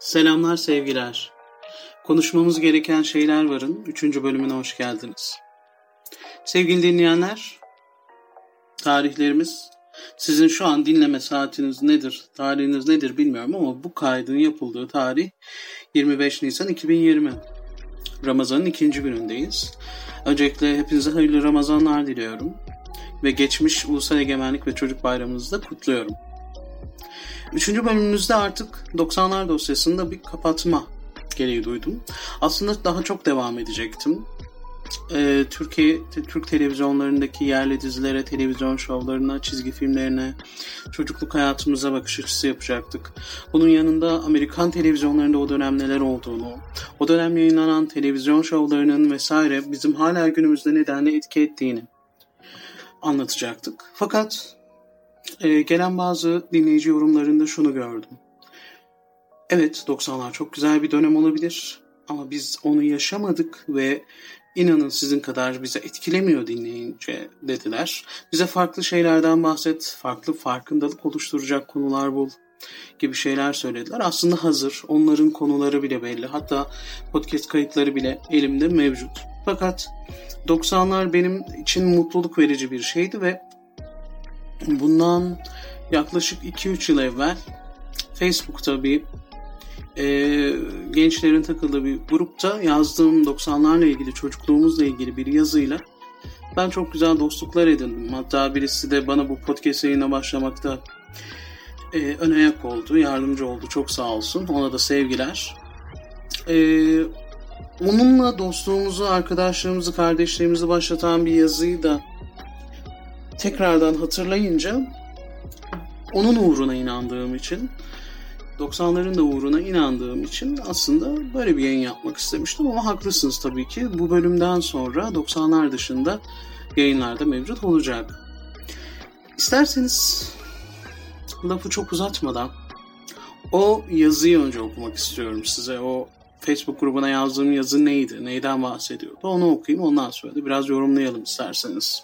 Selamlar sevgiler. Konuşmamız gereken şeyler varın 3. bölümüne hoş geldiniz. Sevgili dinleyenler, tarihlerimiz, sizin şu an dinleme saatiniz nedir, tarihiniz nedir bilmiyorum ama bu kaydın yapıldığı tarih 25 Nisan 2020. Ramazan'ın 2. günündeyiz. Öncelikle hepinize hayırlı Ramazanlar diliyorum ve geçmiş Ulusal Egemenlik ve Çocuk Bayramınızı da kutluyorum. 3. bölümümüzde artık 90'lar dosyasında bir kapatma gereği duydum. Aslında daha çok devam edecektim. Türk televizyonlarındaki yerli dizilere, televizyon şovlarına, çizgi filmlerine, çocukluk hayatımıza bakış açısı yapacaktık. Bunun yanında Amerikan televizyonlarında o dönem neler olduğunu, o dönem yayınlanan televizyon şovlarının vesaire bizim hala günümüzde nedenle etki ettiğini anlatacaktık. Fakat gelen bazı dinleyici yorumlarında şunu gördüm. Evet, 90'lar çok güzel bir dönem olabilir ama biz onu yaşamadık ve inanın sizin kadar bize etkilemiyor dinleyince dediler. Bize farklı şeylerden bahset, farklı farkındalık oluşturacak konular bul gibi şeyler söylediler. Aslında hazır, onların konuları bile belli. Hatta podcast kayıtları bile elimde mevcut. Fakat 90'lar benim için mutluluk verici bir şeydi ve bundan yaklaşık 2-3 yıl evvel Facebook'ta bir gençlerin takıldığı bir grupta yazdığım 90'larla ilgili, çocukluğumuzla ilgili bir yazıyla ben çok güzel dostluklar edindim. Hatta birisi de bana bu podcast yayına başlamakta ön ayak oldu, yardımcı oldu. Çok sağ olsun. Ona da sevgiler. Onunla dostluğumuzu, arkadaşlığımızı, kardeşliğimizi başlatan bir yazıyı da tekrardan hatırlayınca onun uğruna inandığım için, 90'ların da uğruna inandığım için aslında böyle bir yayın yapmak istemiştim ama haklısınız tabii ki. Bu bölümden sonra 90'lar dışında yayınlarda mevcut olacak. İsterseniz lafı çok uzatmadan o yazıyı önce okumak istiyorum size. O Facebook grubuna yazdığım yazı neydi, neyden bahsediyordu onu okuyayım, ondan sonra da biraz yorumlayalım isterseniz.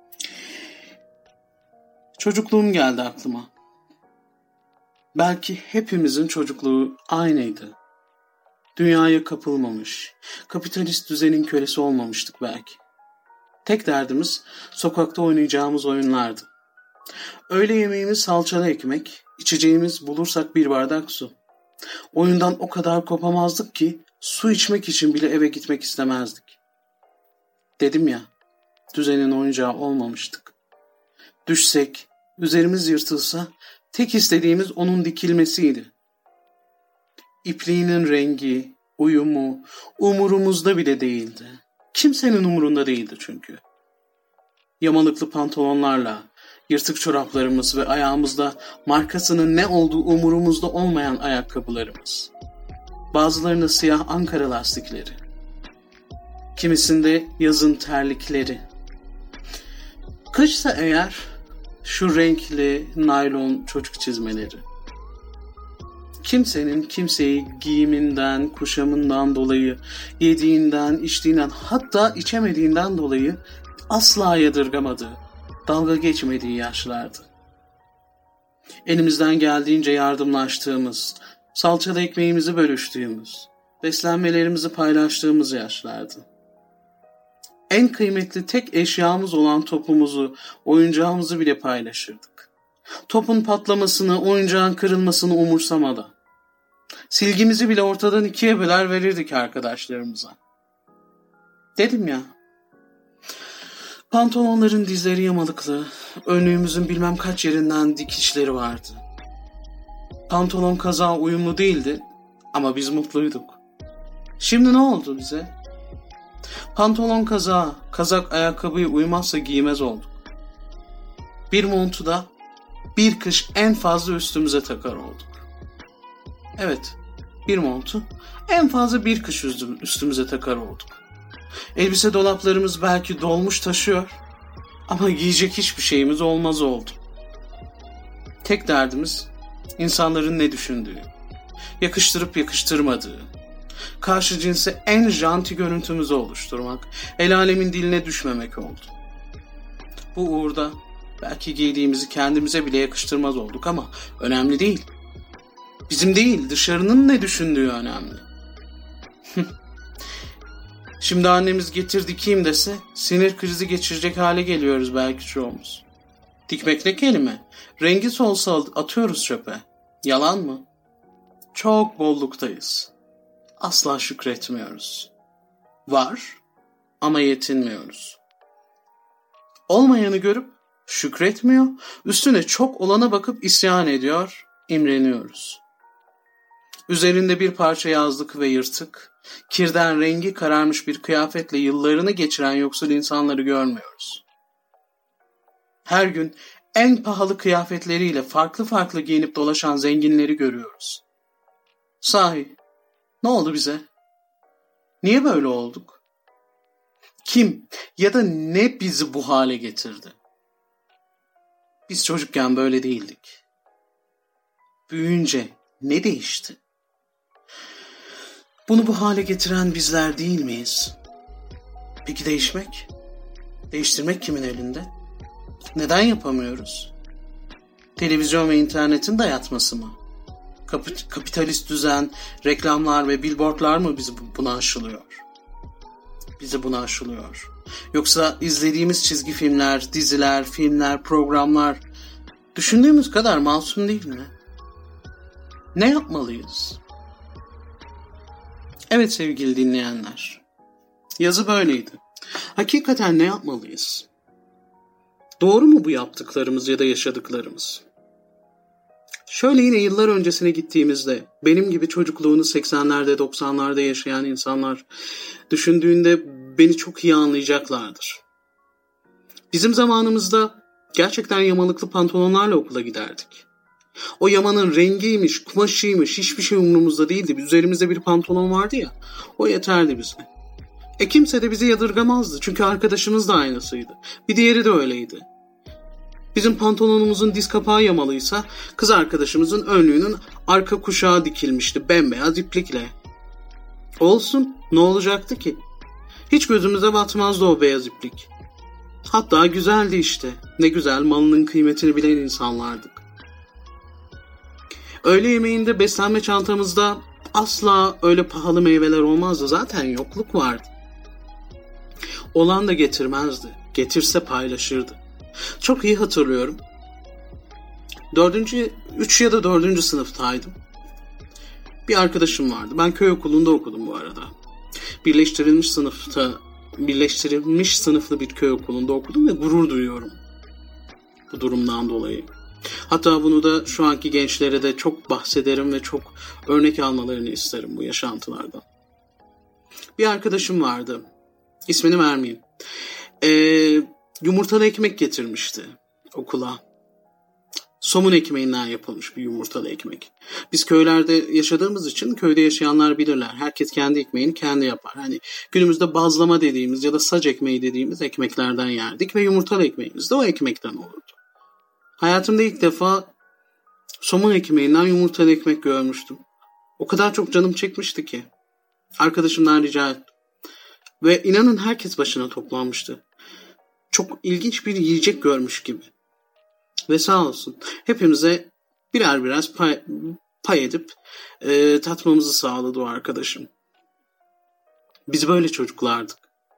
Çocukluğum geldi aklıma. Belki hepimizin çocukluğu aynıydı. Dünyaya kapılmamış, kapitalist düzenin kölesi olmamıştık belki. Tek derdimiz sokakta oynayacağımız oyunlardı. Öğle yemeğimiz salçalı ekmek, içeceğimiz bulursak bir bardak su. Oyundan o kadar kopamazdık ki su içmek için bile eve gitmek istemezdik. Dedim ya, düzenin oyuncağı olmamıştık. Düşsek, üzerimiz yırtılsa tek istediğimiz onun dikilmesiydi. İpliğinin rengi, uyumu umurumuzda bile değildi. Kimsenin umurunda değildi çünkü. Yamalıklı pantolonlarla, yırtık çoraplarımız ve ayağımızda markasının ne olduğu umurumuzda olmayan ayakkabılarımız. Bazılarında siyah Ankara lastikleri. Kimisinde yazın terlikleri. Kışsa eğer şu renkli naylon çocuk çizmeleri. Kimsenin kimseyi giyiminden, kuşamından dolayı, yediğinden, içtiğinden, hatta içemediğinden dolayı asla yadırgamadığı, dalga geçmediği yaşlardı. Elimizden geldiğince yardımlaştığımız, salçalı ekmeğimizi bölüştüğümüz, beslenmelerimizi paylaştığımız yaşlardı. En kıymetli tek eşyamız olan topumuzu, oyuncağımızı bile paylaşırdık. Topun patlamasını, oyuncağın kırılmasını umursamadan. Silgimizi bile ortadan ikiye böler verirdik arkadaşlarımıza. Dedim ya, pantolonların dizleri yamalıklı, önlüğümüzün bilmem kaç yerinden dikişleri vardı. Pantolon kazağa uyumlu değildi ama biz mutluyduk. Şimdi ne oldu bize? Pantolon kazağa, kazak ayakkabıya uymazsa giymez olduk. Bir montu da bir kış en fazla üstümüze takar olduk. Evet, bir montu en fazla bir kış üstümüze takar olduk. Elbise dolaplarımız belki dolmuş taşıyor ama giyecek hiçbir şeyimiz olmaz oldu. Tek derdimiz insanların ne düşündüğü, yakıştırıp yakıştırmadığı, karşı cinse en janti görüntümüzü oluşturmak, el alemin diline düşmemek oldu. Bu uğurda belki giydiğimizi kendimize bile yakıştırmaz olduk ama önemli değil. Bizim değil, dışarının ne düşündüğü önemli. Şimdi annemiz getir dikeyim dese sinir krizi geçirecek hale geliyoruz belki çoğumuz. Dikmek ne kelime? Rengi solsa atıyoruz çöpe. Yalan mı? Çok bolluktayız. Asla şükretmiyoruz. Var ama yetinmiyoruz. Olmayanı görüp şükretmiyor, üstüne çok olana bakıp isyan ediyor, imreniyoruz. Üzerinde bir parça yazlık ve yırtık, kirden rengi kararmış bir kıyafetle yıllarını geçiren yoksul insanları görmüyoruz. Her gün en pahalı kıyafetleriyle farklı farklı giyinip dolaşan zenginleri görüyoruz. Sahi, ne oldu bize? Niye böyle olduk? Kim ya da ne bizi bu hale getirdi? Biz çocukken böyle değildik. Büyüyünce ne değişti? Bunu bu hale getiren bizler değil miyiz? Peki değişmek? Değiştirmek kimin elinde? Neden yapamıyoruz? Televizyon ve internetin dayatması mı? Kapitalist düzen, reklamlar ve billboardlar mı bizi buna aşılıyor? Bizi buna aşılıyor. Yoksa izlediğimiz çizgi filmler, diziler, filmler, programlar düşündüğümüz kadar masum değil mi? Ne yapmalıyız? Evet sevgili dinleyenler. Yazı böyleydi. Hakikaten ne yapmalıyız? Doğru mu bu yaptıklarımız ya da yaşadıklarımız? Şöyle yine yıllar öncesine gittiğimizde benim gibi çocukluğunu 80'lerde 90'larda yaşayan insanlar düşündüğünde beni çok iyi anlayacaklardır. Bizim zamanımızda gerçekten yamalıklı pantolonlarla okula giderdik. O yamanın rengiymiş, kumaşıymış hiçbir şey umurumuzda değildi. Üzerimizde bir pantolon vardı ya, o yeterdi bize. Kimse de bizi yadırgamazdı çünkü arkadaşımız da aynısıydı. Bir diğeri de öyleydi. Bizim pantolonumuzun diz kapağı yamalıysa kız arkadaşımızın önlüğünün arka kuşağı dikilmişti bembeyaz iplikle. Olsun, ne olacaktı ki? Hiç gözümüze batmazdı o beyaz iplik. Hatta güzeldi işte. Ne güzel malının kıymetini bilen insanlardık. Öğle yemeğinde beslenme çantamızda asla öyle pahalı meyveler olmazdı. Zaten yokluk vardı. Olan da getirmezdi. Getirse paylaşırdı. Çok iyi hatırlıyorum. 3 ya da 4. sınıftaydım. Bir arkadaşım vardı. Ben köy okulunda okudum bu arada. Birleştirilmiş sınıflı bir köy okulunda okudum ve gurur duyuyorum bu durumdan dolayı. Hatta bunu da şu anki gençlere de çok bahsederim ve çok örnek almalarını isterim bu yaşantılardan. Bir arkadaşım vardı. İsmini vermeyeyim. Yumurtalı ekmek getirmişti okula. Somun ekmeğinden yapılmış bir yumurtalı ekmek. Biz köylerde yaşadığımız için köyde yaşayanlar bilirler. Herkes kendi ekmeğini kendi yapar. Hani günümüzde bazlama dediğimiz ya da sac ekmeği dediğimiz ekmeklerden yerdik ve yumurtalı ekmeğimiz de o ekmekten olurdu. Hayatımda ilk defa somun ekmeğinden yumurtalı ekmek görmüştüm. O kadar çok canım çekmişti ki. Arkadaşımdan rica ettim. Ve inanın herkes başına toplanmıştı. Çok ilginç bir yiyecek görmüş gibi. Ve sağ olsun hepimize biraz pay edip tatmamızı sağladı o arkadaşım. Biz böyle çocuklardık.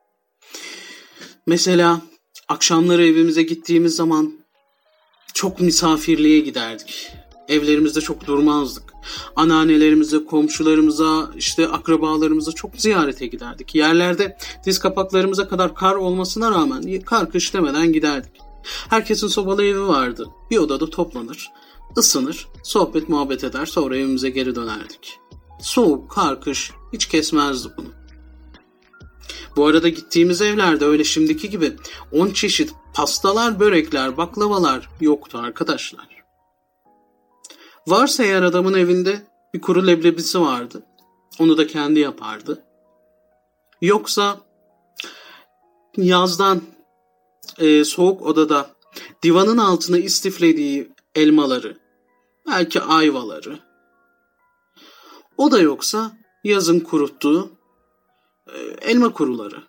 Mesela akşamları evimize gittiğimiz zaman çok misafirliğe giderdik. Evlerimizde çok durmazdık. Anneannelerimize, komşularımıza, işte akrabalarımıza çok ziyarete giderdik. Yerlerde diz kapaklarımıza kadar kar olmasına rağmen kar kış demeden giderdik. Herkesin sobalı evi vardı. Bir odada toplanır, ısınır, sohbet muhabbet eder, sonra evimize geri dönerdik. Soğuk, kar, kış hiç kesmezdi bunu. Bu arada gittiğimiz evlerde öyle şimdiki gibi 10 çeşit pastalar, börekler, baklavalar yoktu arkadaşlar. Varsa eğer adamın evinde bir kuru leblebisi vardı. Onu da kendi yapardı. Yoksa yazdan soğuk odada divanın altına istiflediği elmaları, belki ayvaları, o da yoksa yazın kuruttuğu elma kuruları.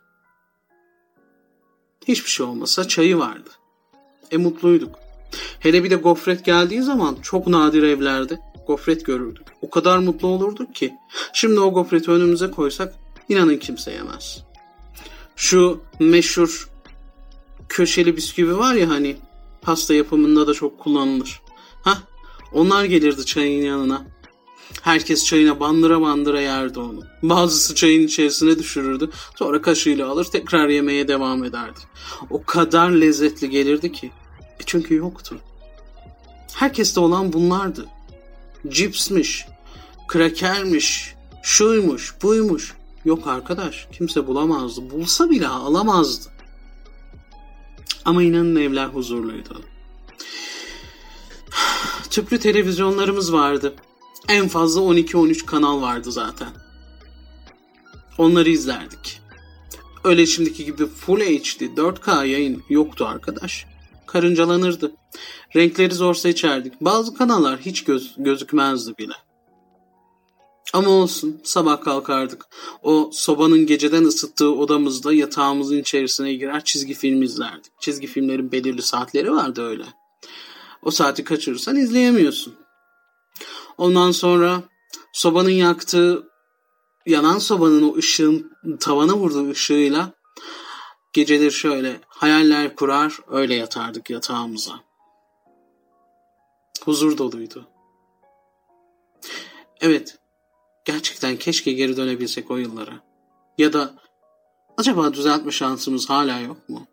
Hiçbir şey olmasa çayı vardı. Mutluyduk. Hele bir de gofret geldiği zaman çok nadir evlerde gofret görürdük. O kadar mutlu olurduk ki. Şimdi o gofreti önümüze koysak inanın kimse yemez. Şu meşhur köşeli bisküvi var ya hani, pasta yapımında da çok kullanılır. Onlar gelirdi çayın yanına. Herkes çayına bandıra bandıra yerdi onu. Bazısı çayın içerisine düşürürdü. Sonra kaşığıyla alır tekrar yemeye devam ederdi. O kadar lezzetli gelirdi ki. Çünkü yoktu. Herkeste olan bunlardı. Cipsmiş, krakermiş, şuymuş, buymuş. Yok arkadaş, kimse bulamazdı. Bulsa bile alamazdı. Ama inanın evler huzurluydu. Tüplü televizyonlarımız vardı. En fazla 12-13 kanal vardı zaten. Onları izlerdik. Öyle şimdiki gibi Full HD 4K yayın yoktu arkadaş. Karıncalanırdı. Renkleri zor seçerdik. Bazı kanallar hiç gözükmezdi bile. Ama olsun, sabah kalkardık. O sobanın geceden ısıttığı odamızda yatağımızın içerisine girer çizgi film izlerdik. Çizgi filmlerin belirli saatleri vardı öyle. O saati kaçırırsan izleyemiyorsun. Ondan sonra yanan sobanın o ışığın tavana vurduğu ışığıyla geceleri şöyle hayaller kurar, öyle yatardık yatağımıza. Huzur doluydu. Evet, gerçekten keşke geri dönebilsek o yıllara. Ya da acaba düzeltme şansımız hala yok mu?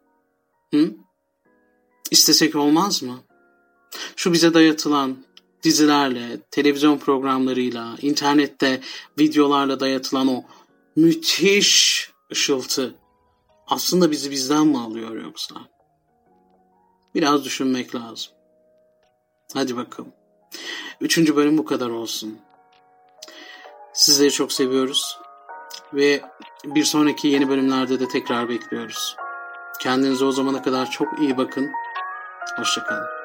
İstesek olmaz mı? Şu bize dayatılan dizilerle, televizyon programlarıyla, internette videolarla dayatılan o müthiş ışıltı aslında bizi bizden mi alıyor yoksa? Biraz düşünmek lazım. Hadi bakalım. 3. bölüm bu kadar olsun. Sizleri çok seviyoruz. Ve bir sonraki yeni bölümlerde de tekrar bekliyoruz. Kendinize o zamana kadar çok iyi bakın. Hoşça kalın.